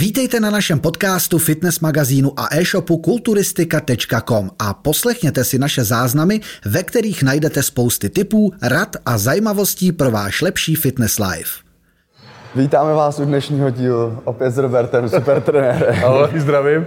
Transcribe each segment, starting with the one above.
Vítejte na našem podcastu, fitness magazínu a e-shopu kulturistika.com a poslechněte si naše záznamy, ve kterých najdete spousty tipů, rad a zajímavostí pro váš lepší fitness life. Vítáme vás u dnešního dílu, opět s Robertem, super trenérem. Ahoj, zdravím.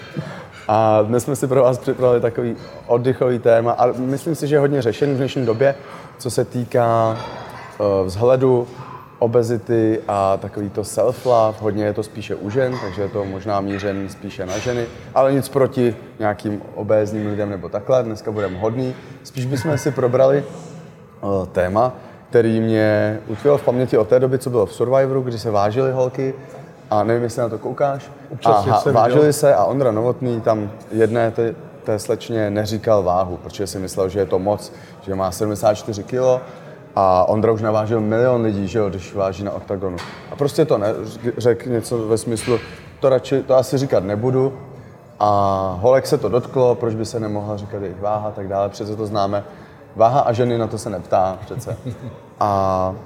A dnes jsme si pro vás připravili takový oddychový téma a myslím si, že je hodně řešený v dnešní době, co se týká vzhledu, obezity a takový to self-love. Hodně je to spíše u žen, takže je to možná mířen spíše na ženy, ale nic proti nějakým obézním lidem nebo takhle. Dneska budeme hodný. Spíš bychom si probrali téma, který mě utkvěl v paměti od té doby, co bylo v Survivoru, kdy se vážily holky a nevím, jestli na to koukáš. Vážili se a Ondra Novotný tam jedné té slečně neříkal váhu, protože si myslel, že je to moc, že má 74 kg a Ondra už navážil 1 000 000 lidí, že jo, když váží na oktagonu. A prostě to řekl něco ve smyslu, to asi říkat nebudu. A holek se to dotklo, proč by se nemohla říkat jejich váha a tak dále, přece to známe. Váha a ženy, na to se neptá přece. A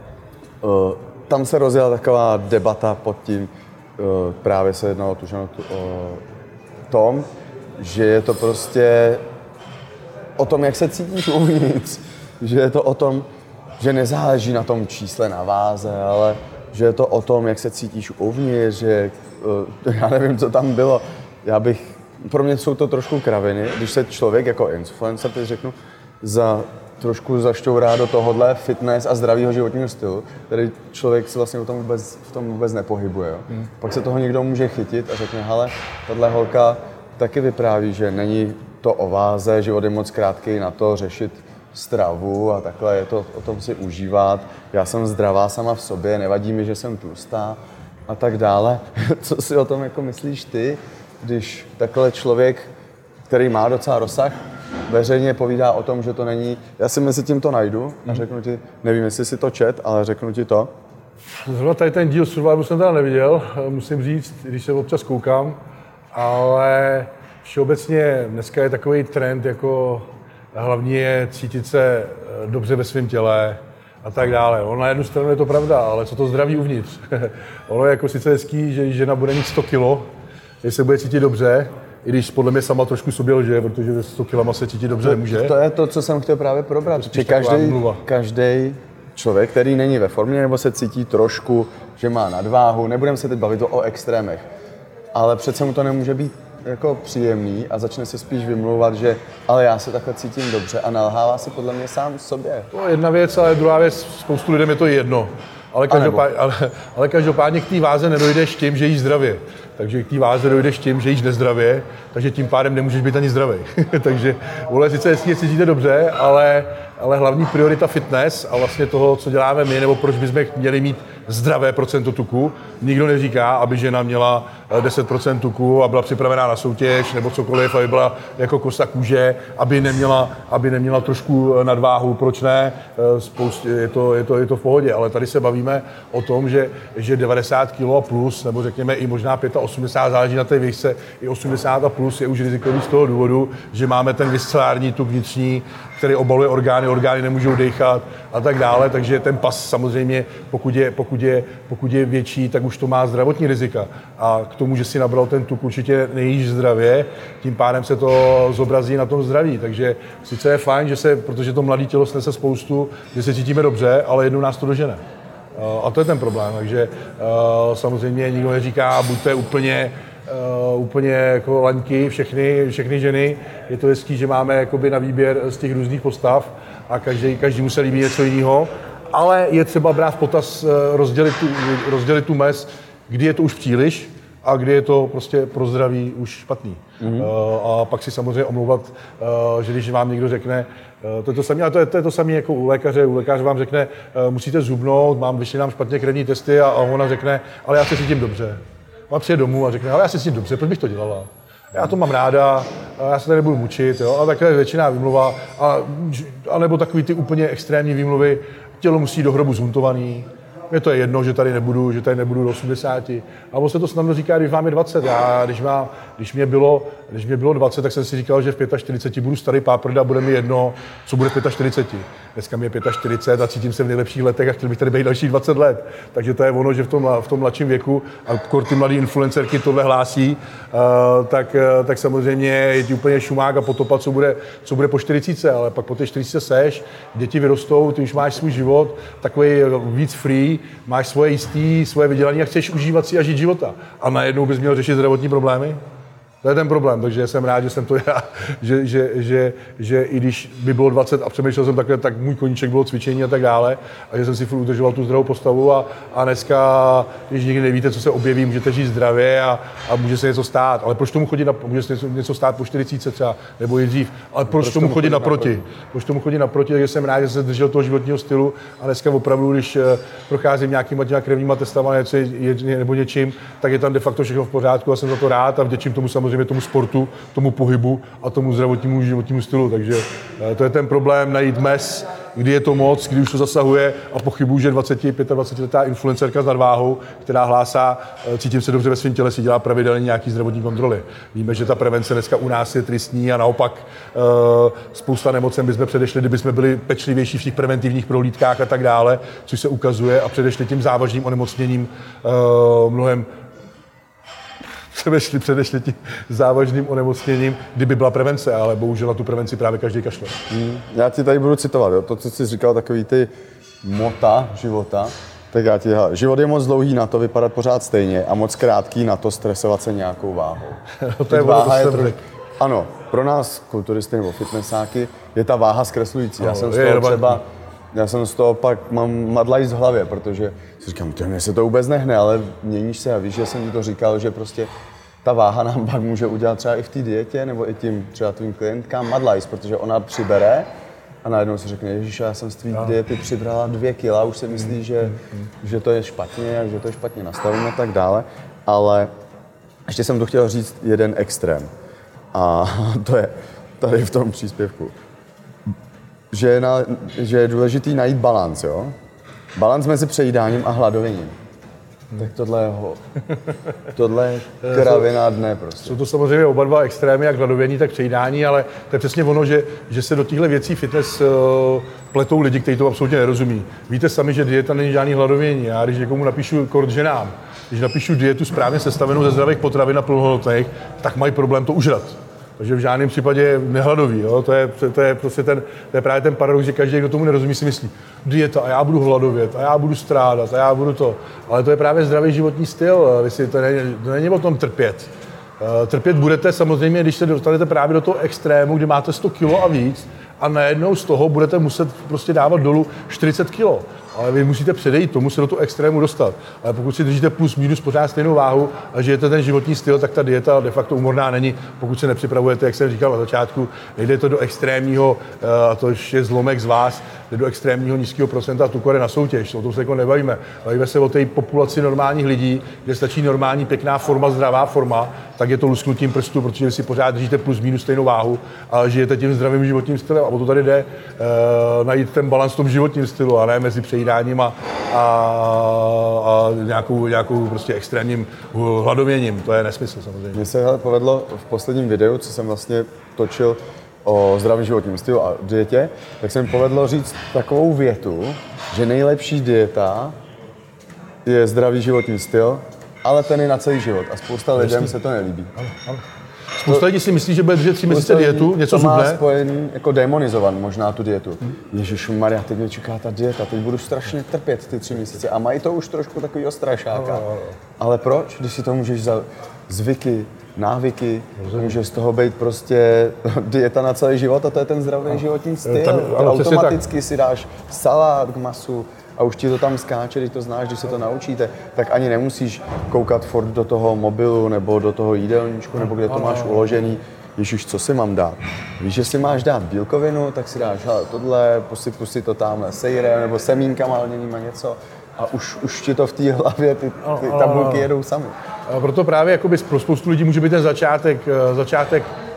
tam se rozjela taková debata pod tím, právě se jednalo o tu ženu o tom, že je to prostě o tom, jak se cítíš uvnitř. Že je to o tom, že nezáleží na tom čísle na váze, ale že je to o tom, jak se cítíš uvnitř, že já nevím, co tam bylo. Pro mě jsou to trošku kraviny, když se člověk jako influencer, teď řeknu, trošku zašťourá do tohohle fitness a zdravého životního stylu, který člověk si vlastně v tom vůbec nepohybuje. Jo. Pak se toho někdo může chytit a řekne, hele, tahle holka taky vypráví, že není to o váze, život je moc krátký na to řešit stravu a takhle, je to o tom si užívat. Já jsem zdravá sama v sobě, nevadí mi, že jsem tlustá a tak dále. Co si o tom jako myslíš ty, když takhle člověk, který má docela rozsah, veřejně povídá o tom, že to není... Já si mezi tím to najdu a řeknu ti, nevím, jestli si to čet, ale řeknu ti to. Zrovna tady ten díl Survivoru jsem teda neviděl, musím říct, když se občas koukám, ale všeobecně dneska je takový trend, jako hlavní je cítit se dobře ve svém těle a tak dále. Na jednu stranu je to pravda, ale co to zdraví uvnitř? Ono je jako sice hezký, že žena bude mít 100 kilo, že se bude cítit dobře, i když podle mě sama trošku sobě lže, protože ve 100 kilama se cítit dobře nemůže. To je to, co jsem chtěl právě probrat. Každý člověk, který není ve formě nebo se cítí trošku, že má nadváhu, nebudeme se teď bavit o extrémech, ale přece mu to nemůže být jako příjemný a začne se spíš vymlouvat, že ale já se takhle cítím dobře a nalhává si podle mě sám sobě. To je jedna věc, ale druhá věc, spoustu lidem je to jedno. Ale každopádně k té váze nedojdeš tím, že jíš zdravě. Takže k té váze dojdeš tím, že jíš nezdravě, takže tím pádem nemůžeš být ani zdravý. Takže sice hezky cítíte dobře, ale hlavní priorita fitness a vlastně toho, co děláme my, nebo proč bychom měli mít zdravé procento tuku. Nikdo neříká, aby žena měla 10% tuku a byla připravená na soutěž nebo cokoliv, aby byla jako kosa kůže, aby neměla trošku nadváhu, proč ne? Je to v pohodě, ale tady se bavíme o tom, že 90 kg a plus, nebo řekněme i možná 85, záleží na té výšce, i 80 a plus je už rizikový z toho důvodu, že máme ten viscerální tuk vnitřní, který obaluje orgány nemůžou dechat a tak dále, takže ten pas samozřejmě, pokud je větší, tak už to má zdravotní rizika. A k tomu, že si nabral ten tuk, určitě nejíš zdravě, tím pádem se to zobrazí na tom zdraví. Takže sice je fajn, protože to mladé tělo snese spoustu, že se cítíme dobře, ale jednou nás to dožene. A to je ten problém, takže samozřejmě nikdo neříká, buďte úplně jako laňky, všechny ženy. Je to hezký, že máme jakoby na výběr z těch různých postav a každý musí líbit něco jiného. Ale je třeba brát v potaz, rozdělit tu mez, kdy je to už příliš a kdy je to prostě pro zdraví už špatný. A pak si samozřejmě omlouvat, že když vám někdo řekne, to je to samé, ale to je to samé jako u lékaře. U lékaře vám řekne, musíte zhubnout, vyšly nám špatně krevní testy a ona řekne, ale já se cítím dobře. Ona přijde domů a řekne, ale já se cítím dobře, proč bych to dělala? Já to mám ráda, já se tady nebudu mučit, jo? A takhle většina výmluva, a nebo takový ty úplně extrémní výmluvy, tělo musí do hrobu zhuntovaný, Mně to je jedno, že tady nebudu do 80. A on se to snadno říká, když vám je 20. Když mě bylo 20, tak jsem si říkal, že v 45 budu starý páprda a bude mi jedno, co bude v 45. Dneska mi je 45 a cítím se v nejlepších letech a chtěl bych tady být dalších 20 let. Takže to je ono, že v tom mladším věku, a kor ty mladý influencerky tohle hlásí, tak samozřejmě je ti úplně šumák a potopa, co bude po 40, ale pak po té 40 seš, děti vyrostou, ty už máš svůj život, takový víc free, máš svoje jistý, svoje vydělání a chceš užívat si a žít života. A najednou bys měl řešit zdravotní problémy? To je ten problém, takže jsem rád, že jsem to já, že i když by bylo 20 a přemýšlel jsem takhle, tak můj koníček bylo cvičení a tak dále a že jsem si furt udržoval tu zdravou postavu a dneska, když nikdy nevíte, co se objeví, můžete žít zdravě a může se něco stát, ale proč tomu chodit může se něco stát po 40 třeba, nebo i dřív, ale proč tomu chodit naproti? Proč tomu chodit naproti, takže jsem rád, že jsem držel toho životního stylu a dneska opravdu, když procházím nějakýma krevníma testama nebo něčím, tak je tam de facto všechno v pořádku a jsem za to rád a vděčím tomu samozřejmě tomu sportu, tomu pohybu a tomu zdravotnímu životnímu stylu. Takže to je ten problém najít mez, kdy je to moc, kdy už to zasahuje a pochybuju, že 25letá influencerka s nadváhou, která hlásá, cítím se dobře ve svém těle, si dělá pravidelně nějaký zdravotní kontroly. Víme, že ta prevence dneska u nás je tristní a naopak spousta nemocem bychom předešli, kdyby jsme byli pečlivější v těch preventivních prohlídkách a tak dále, což se ukazuje a předešli tím závažným onemocněním mnohem předešli tím závažným onemocněním, kdyby byla prevence, ale bohužel na tu prevenci právě každý kašle. Já ti tady budu citovat, jo? To, co jsi říkal, takový ty mota života, tak já ti život je moc dlouhý na to vypadat pořád stejně a moc krátký na to stresovat se nějakou váhou. To je váha je ano, pro nás kulturisty nebo fitnessáky je ta váha zkreslující. Já jsem z toho pak mám madlajs v hlavě, protože si říkám, mně se to vůbec nehne, ale měníš se a víš, že jsem ti to říkal, že prostě ta váha nám pak může udělat třeba i v té dietě nebo i tím třeba tvým klientkám madlajs, protože ona přibere a najednou si řekne, ježiš, já jsem z tvý diety přibrala 2 kila, už si myslí, že to je špatně, že to je špatně nastavené a tak dále, ale ještě jsem to chtěl říct jeden extrém a to je tady v tom příspěvku. Že je důležitý najít balans, jo? Balans mezi přejídáním a hladověním. Tak tohle je kravina dne prostě. Jsou to samozřejmě oba dva extrémy, jak hladovění, tak přejídání, ale to je přesně ono, že se do těchto věcí fitness pletou lidi, kteří to absolutně nerozumí. Víte sami, že dieta není žádný hladovění. Já když někomu napíšu kort ženám, když napíšu dietu správně sestavenou ze zdravých potravin a plnohodnotných, tak mají problém to užrat. Takže v žádném případě nehladoví. Jo? To je prostě to je právě ten paradox, že každý, kdo tomu nerozumí, si myslí dieta a já budu hladovět a já budu strádat a já budu to. Ale to je právě zdravý životní styl. To není o tom trpět. Trpět budete samozřejmě, když se dostanete právě do toho extrému, kdy máte 100 kg a víc a najednou z toho budete muset prostě dávat dolů 40 kg. Ale vy musíte předejít tomu, se do toho extrému dostat. Ale pokud si držíte plus minus pořád stejnou váhu a žijete ten životní styl, tak ta dieta de facto úmorná není. Pokud se nepřipravujete, jak jsem říkal na začátku, nejde to do extrémního, a to je zlomek z vás, jde do extrémního nízkého procenta tukore na soutěž. O tom se jako nebavíme. Bavíme se o té populaci normálních lidí, kde stačí normální, pěkná forma, zdravá forma, tak je to lusknutím prstů, protože si pořád držíte plus minus stejnou váhu a žijete tím zdravým životním stylem. A o to tady jde najít ten balans v tom životním stylu a ne mezi přejídáním a nějakou prostě extrémním hladověním. To je nesmysl samozřejmě. Mně se povedlo v posledním videu, co jsem vlastně točil o zdravém životním stylu a dietě, tak se mi povedlo říct takovou větu, že nejlepší dieta je zdravý životní styl, ale ten je na celý život a spousta lidem se to nelíbí. Ano. Spousta lidí si myslí, že bude držet 3 měsíce dietu, něco zubné. To má spojený, jako demonizovat možná tu dietu. Ježišmarja, teď mě čeká ta dieta, teď budu strašně trpět ty 3 měsíce a mají to už trošku takovýho strašáka. Ale proč, když si to můžeš za zvyky, návyky, může z toho být prostě dieta na celý život a to je ten zdravý životní styl. Automaticky si dáš salát k masu a už ti to tam skáče, když to znáš, když se to naučíte, tak ani nemusíš koukat furt do toho mobilu nebo do toho jídelníčku, nebo kde to máš uložený. Ježiš, co si mám dát? Víš, že si máš dát bílkovinu, tak si dáš tohle, posypu si to tamhle sejrem nebo semínkama lněnýma něco a už ti to v té hlavě, ty tabulky jedou sami. A proto právě jakoby pro spoustu lidí může být ten začátek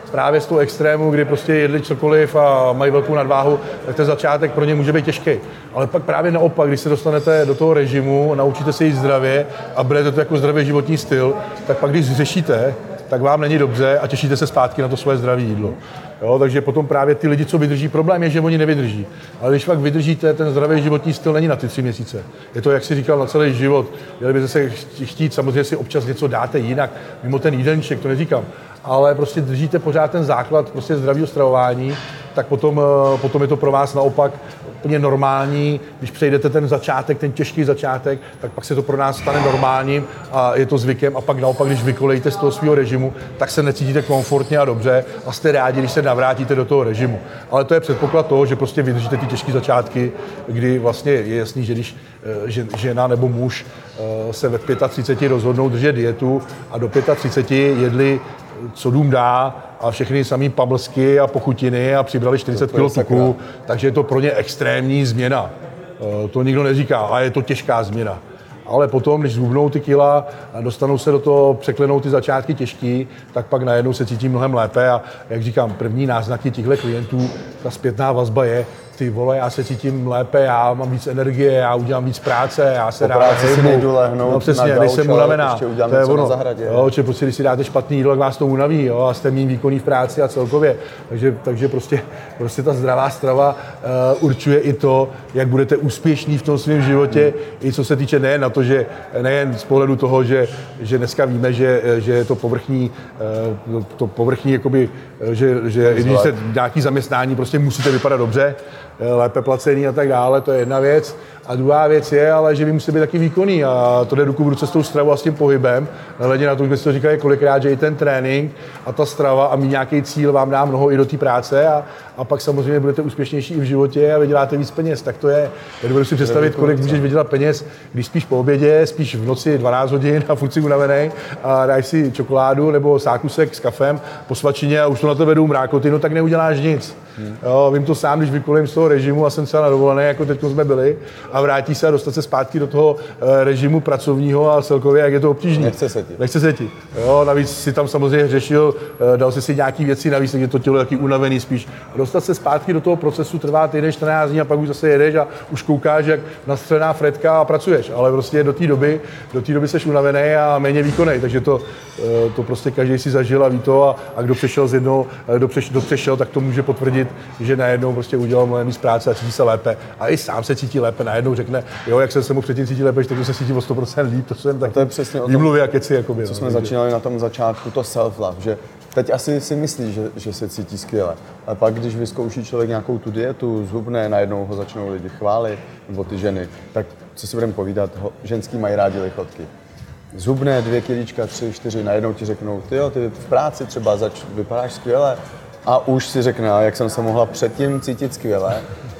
právě z toho extrému, kdy prostě jedli cokoliv a mají velkou nadváhu, tak ten začátek pro ně může být těžký. Ale pak právě naopak, když se dostanete do toho režimu, naučíte se jíst zdravě a berete to jako zdravý životní styl, tak pak když řešíte, tak vám není dobře a těšíte se zpátky na to svoje zdravé jídlo. Jo, takže potom právě ty lidi, co vydrží, problém je, že oni nevydrží. Ale když fakt vydržíte, ten zdravý životní styl není na ty 3 měsíce. Je to, jak si říkal, na celý život. Měli byste se chtít, samozřejmě si občas něco dáte jinak, mimo ten jídelníček, to neříkám. Ale prostě držíte pořád ten základ prostě zdravého stravování, tak potom je to pro vás naopak úplně normální. Když přejdete ten začátek, ten těžký začátek, tak pak se to pro nás stane normálním a je to zvykem. A pak naopak, když vykolejte z toho svého režimu, tak se necítíte komfortně a dobře a jste rádi, když se navrátíte do toho režimu. Ale to je předpoklad toho, že prostě vydržíte ty těžké začátky, kdy vlastně je jasný, že když žena nebo muž se ve 35 rozhodnou držet dietu a do 35 jedli co dům dá a všechny samý pablsky a pochutiny a přibrali 40 kg tuku, takže je to pro ně extrémní změna. To nikdo neříká, a je to těžká změna. Ale potom, když zhubnou ty kila a dostanou se do toho, překlenou ty začátky těžký, tak pak najednou se cítí mnohem lépe a jak říkám, první náznaky těchto klientů, ta zpětná vazba je, ty vole, já se cítím lépe, já mám víc energie, já udělám víc práce, já se rád si nejdu lehnout, no přesně, než jsem unavená. Ještě udělám něco na zahradě. Jo, či prostě, když si dáte špatný jídlo, tak vás to unaví, jo, a jste méně výkonný v práci a celkově. Takže prostě ta zdravá strava určuje i to, jak budete úspěšní v tom svém životě, i co se týče nejen z pohledu toho, že dneska víme, že je to povrchní jakoby, že i když se nějaký zaměstnání prostě musíte vypadat dobře, lépe placený a tak dále, to je jedna věc. A druhá věc je, ale že vy musíte být taky výkonný a to jde ruku v ruce s tou stravou a s tím pohybem. Nehledě na to, že jsme si to říkali kolikrát, že i ten trénink a ta strava a mít nějaký cíl vám dá mnoho i do té práce a pak samozřejmě budete úspěšnější i v životě a vyděláte víc peněz. Tak to je. Nedovedu si představit, kolik můžeš vydělat peněz, když spíš po obědě, spíš v noci 12 hodin a furt si unavenej a dáš si čokoládu nebo sákusek s kafem po svačině a už to na to vedou mrákoty, no tak neuděláš nic. Jo, vím to sám, když vykolím z toho režimu a jsem třeba na dovolené, jako teď jsme byli, a vrátí se a dostat se zpátky do toho režimu pracovního a celkově, jak je to obtížné. Nechce se ti. Jo, navíc si tam samozřejmě řešil, dal si nějaký věci navíc, tak je to tělo taky unavený spíš. A dostat se zpátky do toho procesu trvá týden, 14 dní a pak už zase jedeš a už koukáš, jak nastřelená fredka a pracuješ. Ale prostě do té doby seš unavený a méně výkonný, takže to prostě každý si zažil a ví to a kdo přešel z jednoho, kdo přešel, tak to může potvrdit, že najednou prostě udělal mnohem víc práce a cítí se lépe. A i sám se cítí lépe, najednou řekne, jo, jak jsem se mu předtím cítil lépe, že teď se cítí o 100% líp, to jsem tak. To je přesně výmluvy a keci, jakoby. Co jsme začínali na tom začátku, to self-love, že teď asi si myslí, že se cítí skvěle, ale pak, když vyzkouší člověk nějakou tu dietu, zhubne, najednou ho začnou lidi chválit, nebo ty ženy, tak co si budeme povídat, ženský mají rádi lichotky. Zhubne 2 kilíčka, 3, 4, najednou ti řeknou, ty v práci třeba vypadáš skvěle, a už si řekne, jak jsem se mohla předtím cítit skvěle,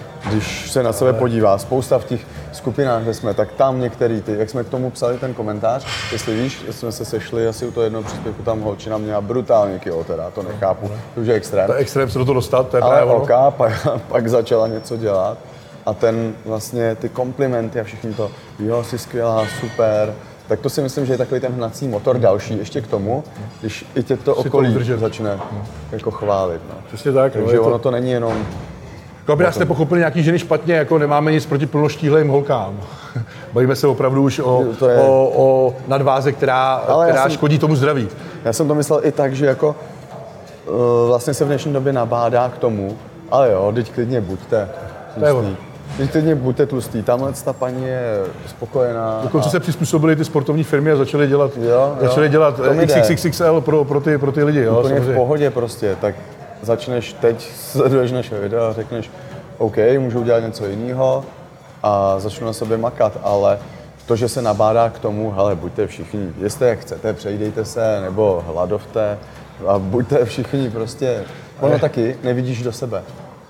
když se na sebe podívá. Spousta v těch skupinách, kde jsme, tak tam některý jak jsme k tomu psali ten komentář, jestli víš, jsme se sešli asi u toho jednoho příspěvku, tam holčina měla brutálně kilo, teda, to nechápu, to už je extrém. To je extrém se do toho dostat, to je ale oka, pak začala něco dělat a vlastně ty komplimenty a všichni to, jo, jsi skvělá, super. Tak to si myslím, že je takový ten hnací motor další ještě k tomu, když i tě to okolí začne jako chválit. No. Přesně tak. Takže ono to není jenom... Aby nás nepochopili nějaký ženy špatně, jako nemáme nic proti plnoštíhlým holkám. Bavíme se opravdu už o nadváze, která škodí tomu zdraví. Já jsem to myslel i tak, že jako vlastně se v dnešní době nabádá k tomu, ale jo, teď klidně buďte tlustý. Teď klidně buďte tlustý, tamhle ta paní je spokojená. Dokonce se přizpůsobily ty sportovní firmy a začaly dělat XXXL pro ty lidi. Jo, úplně samozřejmě. V pohodě prostě, tak začneš teď, sleduješ naše videa a řekneš, OK, můžu udělat něco jiného a začnu na sobě makat, ale to, že se nabádá k tomu, hele, buďte všichni, jestli jak chcete, přejdejte se, nebo hladovte a buďte všichni prostě, ono taky nevidíš do sebe.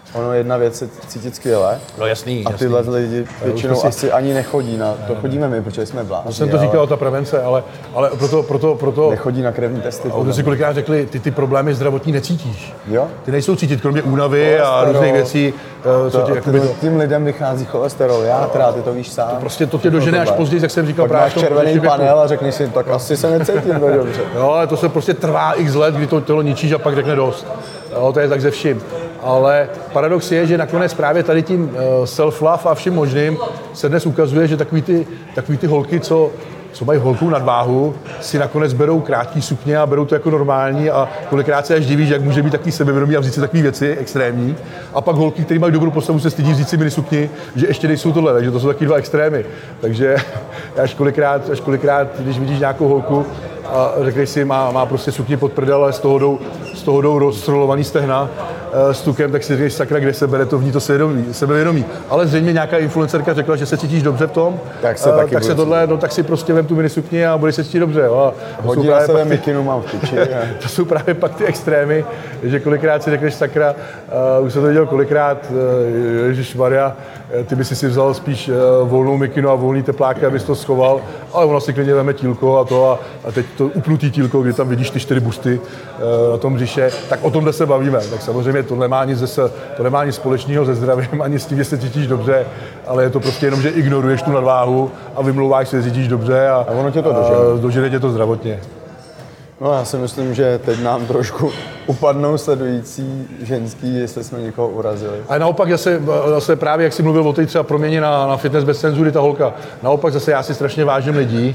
ono jedna věc je cítit skvěle. No jasný. A tyhle lidi většinou asi ani nechodí na, to chodíme my, protože jsme blázni. Já jsem to říkal, ta prevence, ale proto... Nechodí na krevní testy. A si kolikrát řekli, ty problémy zdravotní necítíš. Jo? Ty nejsou cítit, kromě únavy a různých věcí. Tím lidem vychází cholesterol, játra, ty to víš sám. Prostě to tě dožene až později, jak jsem říkal právě. Máš červený panel a řekneš si, tak asi se necítím dobře. Jo, ale to se prostě trvá x let, kdy to tělo ničíš a pak řekne dost. Jo, to je tak ze vším. Ale paradox je, že nakonec právě tady tím self-love a vším možným se dnes ukazuje, že takový ty holky, co mají holkou nadváhu, si nakonec berou krátký sukně a berou to jako normální a kolikrát se až divíš, jak může být takový sebevědomí a vzít si takové věci extrémní. A pak holky, které mají dobrou postavu, se stydí vzít si minisukni, že ještě nejsou tohle, takže to jsou taky dva extrémy. Takže až kolikrát, když vidíš nějakou holku a řekneš si, má prostě sukni pod prdel, z toho jdou rozstrolovaný stehna s tukem, tak si říkáš, sakra, kde se bere to v ní to sebevědomí. Ale zřejmě nějaká influencerka řekla, že se cítíš dobře v tom, tak si prostě vem tu minisukni a budeš se cítit dobře. Jo. Hodí na sebe mikinu mám v piči. To jsou právě pak ty extrémy, že kolikrát si řekneš, sakra, už jsem to viděl kolikrát, ježišmarja, ty by si vzal spíš volnou mikinu a volný tepláky, abys to schoval, ale ona si klidně veme tílko a teď to upnutý tílko, kdy tam vidíš ty 4 busty na tom břiše, tak o tomhle se bavíme. Tak samozřejmě to nemá nic společného se zdravím, ani s tím, že se cítíš dobře, ale je to prostě jenom, že ignoruješ tu nadváhu a vymlouváš se, že cítíš dobře a ono tě to dožene tě to zdravotně. No já si myslím, že teď nám trošku upadnou sledující ženský, jestli jsme někoho urazili. A naopak zase právě, jak jsi mluvil o té třeba proměně na fitness bez cenzury, ta holka, naopak zase já si strašně vážím lidí,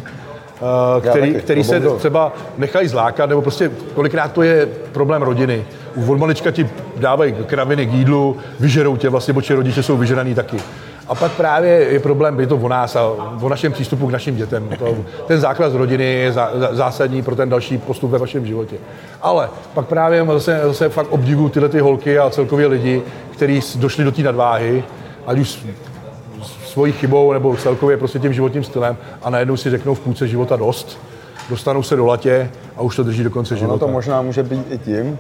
který se třeba nechají zlákat, nebo prostě kolikrát to je problém rodiny. Od malička ti dávají kraviny k jídlu, vyžerou tě, vlastně, protože rodiče jsou vyžeraný taky. A pak právě je problém, je to o nás a o našem přístupu k našim dětem. Ten základ z rodiny je zásadní pro ten další postup ve vašem životě. Ale pak právě zase fakt obdivuju tyhle ty holky a celkově lidi, kteří došli do té nadváhy, ať už svojí chybou nebo celkově prostě tím životním stylem a najednou si řeknou v půlce života dost, dostanou se do latě a už to drží do konce života. To možná může být i tím,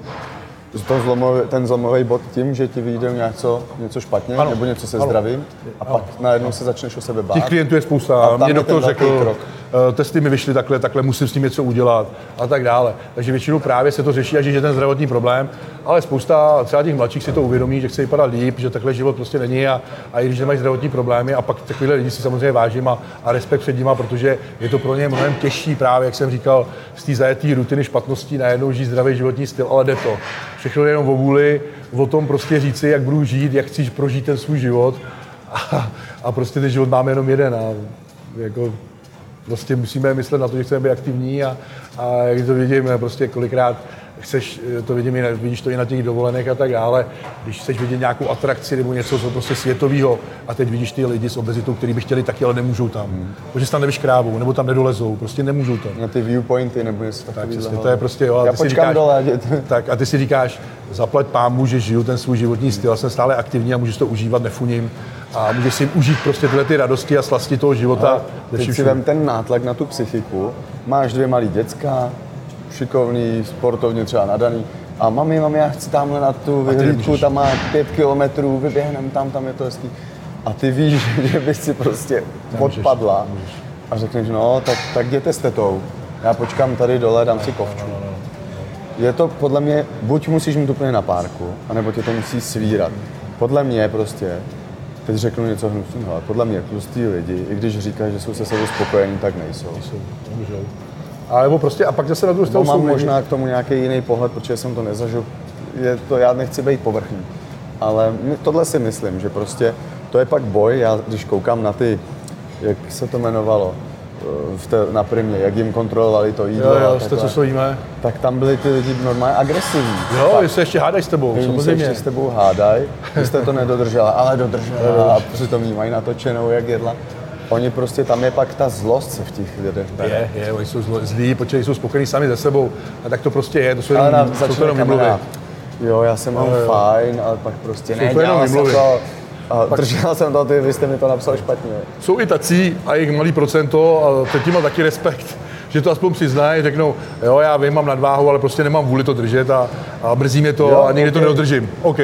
ten zlomový bod tím, že ti vyjde něco špatně, ano, nebo něco se zdravím a pak najednou se začneš o sebe bát. Těch klientů je spousta, mě doktor řekl, testy mi vyšly takhle musím s tím něco udělat a tak dále. Takže většinou právě se to řeší, až je ten zdravotní problém, ale spousta třeba těch mladších si to uvědomí, že chce vypadat líp, že takhle život prostě není a i když nemají zdravotní problémy a pak takovýhle lidi si samozřejmě vážím a respekt před nima, protože je to pro ně mnohem těžší právě, jak jsem říkal, z té zajetý rutiny špatností najednou žít zdravý životní styl, ale jde to. Všechno je jenom o vůli, o tom prostě říci, jak budu žít, jak chci prožít ten svůj život a prostě ten život máme jenom jeden a jako prostě musíme myslet na to, že chceme být aktivní a jak to vidím, prostě kolikrát chceš, to vidíš to i na těch dovolených a tak dále, když chceš vidět nějakou atrakci nebo něco prostě světového a teď vidíš ty lidi s obezitou, kteří by chtěli taky, ale nemůžou tam, protože tam nevyškrábou nebo tam nedolezou, prostě nemůžou tam. Na ty viewpointy nebo něco takového. To je prostě, jo, já počkám dole. Tak a ty si říkáš, zaplať pámu, že žiju ten svůj životní styl, já jsem stále aktivní a můžu to užívat, nefuním a můžeš si užít prostě tyhle ty radosti a slasti toho života. Teď si vem ten nátlak na tu psychiku, máš 2 malý děcka, šikovný, sportovně třeba nadaný. A mami, já chci tamhle na tu vyhlídku, tam má 5 kilometrů, vyběhnem tam je to hezký. A ty víš, že bys si prostě odpadla. A řekneš, no, tak jděte s tetou. Já počkám tady dole, dám si kovču. Je to podle mě, buď musíš mít úplně na párku, anebo tě to musí svírat. Podle mě prostě, teď řeknu něco hnusného, ale podle mě tlustý lidi, i když říkají, že jsou se sebou spokojení, tak nejsou. A nebo prostě, a pak zase na druhou stranu mám možná k tomu nějaký jiný pohled, protože jsem to nezažil. Já nechci být povrchní. Ale tohle si myslím, že prostě to je pak boj. Já když koukám na ty, jak se to jmenovalo, na Primě, jak jim kontrolovali to jídlo. Jo, co stojíme. Tak tam byli ty lidi normálně agresivní. Jo, že se ještě hádají s tebou, samozřejmě. Ještě s tebou hádají, vy jste to nedodržela, ale dodržela a přitom jí mají natočenou, jak jedla. Oni prostě, tam je pak ta zlost se v těch lidech. Je, oni jsou zlí, protože jsou spokojení sami ze sebou. A tak to prostě je, to jsou jenom vymluvy. Jo, já jsem mám fajn, ale pak prostě nedělal jsem to. A držel jsem to, vy jste mi to napsal špatně. Jsou i tací a jejich malý procento a teď tím má taky respekt, že to aspoň přiznají, řeknou, jo, já vím, mám nadváhu, ale prostě nemám vůli to držet a mrzí mě to a někdy to nedodržím. OK.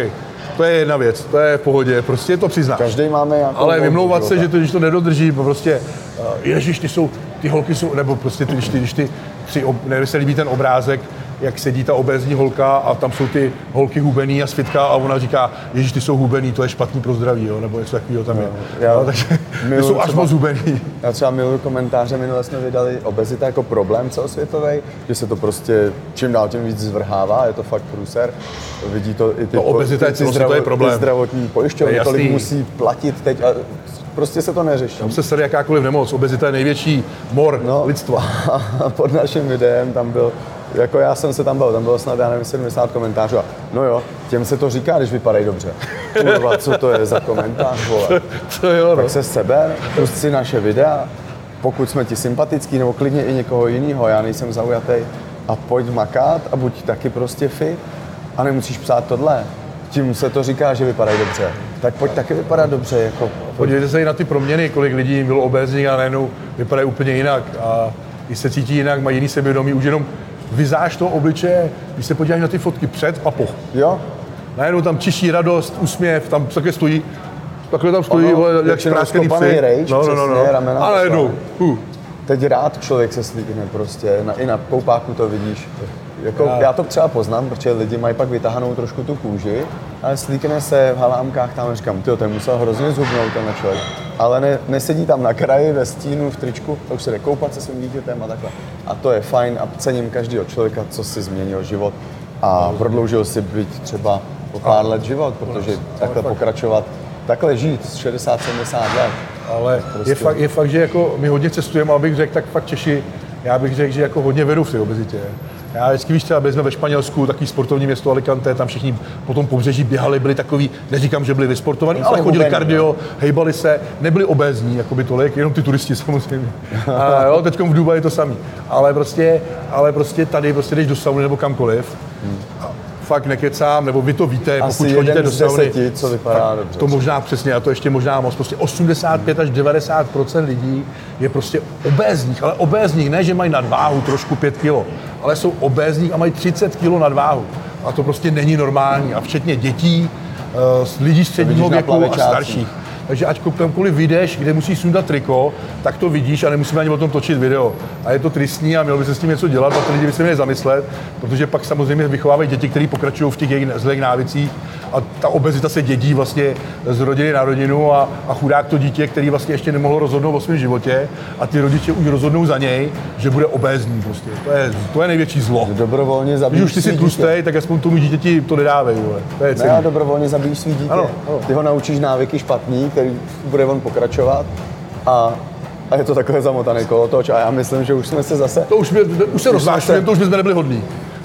to je jedna věc, to je v pohodě, prostě to přiznáš. Každý máme nějakou. Ale vymlouvat se, že to, když to nedodrží, prostě, ježiš, ty holky jsou, nebo prostě když ty nevím, se líbí ten obrázek, jak sedí ta obézní holka a tam jsou ty holky hubený a svitka a ona říká, ježiš, ty jsou hubený, to je špatný pro zdraví, jo, nebo něco takového tam je. Takže ty jsou až moc hubený. Já třeba miluji komentáře, minule jsme vydali obezita jako problém celosvětový, že se to prostě čím dál tím víc zvrhává, je to fakt průser. Vidí to i ty, obezita je celosvětový problém. Ty zdravotní pojišťovny, tolik musí platit teď a prostě se to neřeší. Tam se sere jakákoliv nemoc, obezita je největší mor lidstva. A pod naším videem tam byl, jako já jsem se tam bylo snad, já nevím, 70 komentářů a no jo, těm se to říká, když vypadají dobře. Kurva, co to je za komentář, vole. Tak se seber, pust si naše videa, pokud jsme ti sympatický, nebo klidně i někoho jiného, já nejsem zaujatý, a pojď makat a buď taky prostě fit a nemusíš psát tohle. Tím se to říká, že vypadají dobře. Tak pojď taky vypadat dobře. Jako. Podívejte se i na ty proměny, kolik lidí bylo obézních a najednou vypadají úplně jinak. A když se cítí jinak, mají jiný sebevědomí, už jenom vizáž toho obličeje, když se podíváš na ty fotky před a po. Jo. Najednou tam čiší radost, úsměv, tam takhle stojí. Takhle tam stojí, jak spráskaný psy. Ramena. A najednou. Teď rád člověk se slíkne prostě, i na koupáku to vidíš. Jako, já to třeba poznám, protože lidi mají pak vytahanou trošku tu kůži, ale slíkne se v halámkách tam a říkám, tyjo, ten musel hrozně zhubnout ten člověk. Ale nesedí tam na kraji, ve stínu, v tričku, to už se jde koupat se svým dítětem a takhle. A to je fajn a cením každého člověka, co si změnil život a prodloužil si být třeba o pár let život, protože takhle pokračovat, takhle žít z 60-70 let. Ale prostě... je fakt, že jako my hodně cestujeme, abych řekl, tak fakt Češi, já bych řekl, že jako hodně vedou v té obezitě. Já vždycky víš, třeba byli jsme ve Španělsku, takový sportovní město Alicante, tam všichni po tom pobřeží běhali, byli takový, neříkám, že byli vysportovaní, ale chodili kardio, hejbali se, nebyli obézní, jako by tolik, jenom ty turisti samozřejmě. A jo, teďkom v Dubaji to samý. Ale prostě tady prostě jdeš do sauny nebo kamkoliv. Fakt nekecám, nebo vy to víte, asi pokud chodíte do sauny. 10, co vypadá dobře. To možná přesně, a to ještě možná moc. Prostě 85 až 90% lidí je prostě obézních, ale obézních ne, že mají nadváhu trošku 5 kg, ale jsou obézních a mají 30 kg nadváhu. A to prostě není normální. A včetně dětí, lidí středního věku a starších. Takže ať kamkoliv vyjdeš, kde musíš sundat triko, tak to vidíš a nemusíme ani o tom točit video. A je to tristní a mělo by se s tím něco dělat a ty lidi by se měli zamyslet, protože pak samozřejmě vychovávají děti, které pokračují v těch jejich zlých návicích a ta obezita se dědí vlastně z rodiny na rodinu a chudák to dítě, který vlastně ještě nemohlo rozhodnout o svém životě a ty rodiče už rozhodnou za něj, že bude obézní prostě. To je největší zlo. Dobrovolně zabíjíš. Když už ty jsi tlustej, tak aspoň tomu dítěti to nedávej, vole. To je ne, dobrovolně zabíjíš svý dítě. Ano. Ty ho naučíš návyky špatný, který bude on pokračovat a je to takové zamotané kolotoč a já myslím, že už jsme se zase... To už se rozvážujeme, to už bychom nebyli hodní.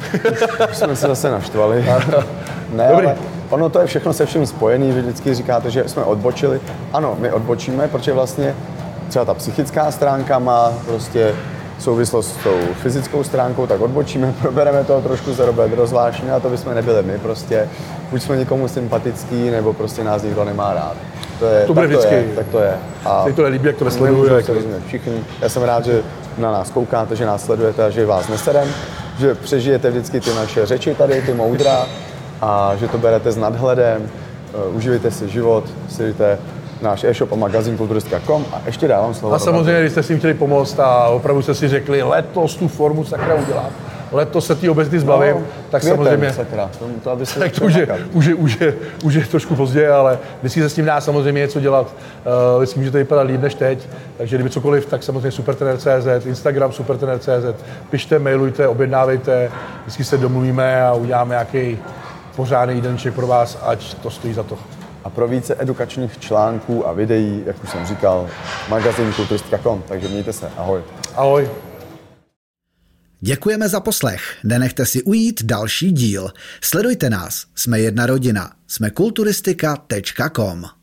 Už jsme se zase naštvali. Ne, ale ono to je všechno se vším spojený, vy vždycky říkáte, že jsme odbočili. Ano, my odbočíme, protože vlastně třeba ta psychická stránka má prostě souvislost s tou fyzickou stránkou, tak odbočíme, probereme toho trošku za Robert zvláštně a to bychom nebyli my prostě. Buď jsme někomu sympatický, nebo prostě nás nikdo nemá rád. To bude vždycky. Tak to je. A teď to nelíbí, jak to nesleduje. Všichni. Já jsem rád, že na nás koukáte, že nás sledujete a že vás neserem, že přežijete vždycky ty naše řeči tady, ty moudra a že to berete s nadhledem. Uživejte si život, sledujte náš e-shop a magazín kulturistika.com a ještě dávám slovo. A samozřejmě, když jste si jim chtěli pomoct a opravdu jste si řekli, letos tu formu sakra udělám, letos se té obezity zbavím, tak samozřejmě... Sakra, to aby se tak to už je trošku pozdě, ale vždycky se s tím dá samozřejmě něco dělat. Vždycky může to vypadat líp než teď, takže kdyby cokoliv, tak samozřejmě supertrener.cz, Instagram supertrener.cz, pište, mailujte, objednávejte, vždycky se domluvíme a uděláme nějaký pořádný jídelníček pro vás, ať to stojí za to. A pro více edukačních článků a videí, jak už jsem říkal, magazín kulturistika.com, takže mějte se, ahoj. Ahoj. Děkujeme za poslech. Nenechte si ujít další díl. Sledujte nás. Jsme jedna rodina. Jsme kulturistika.com.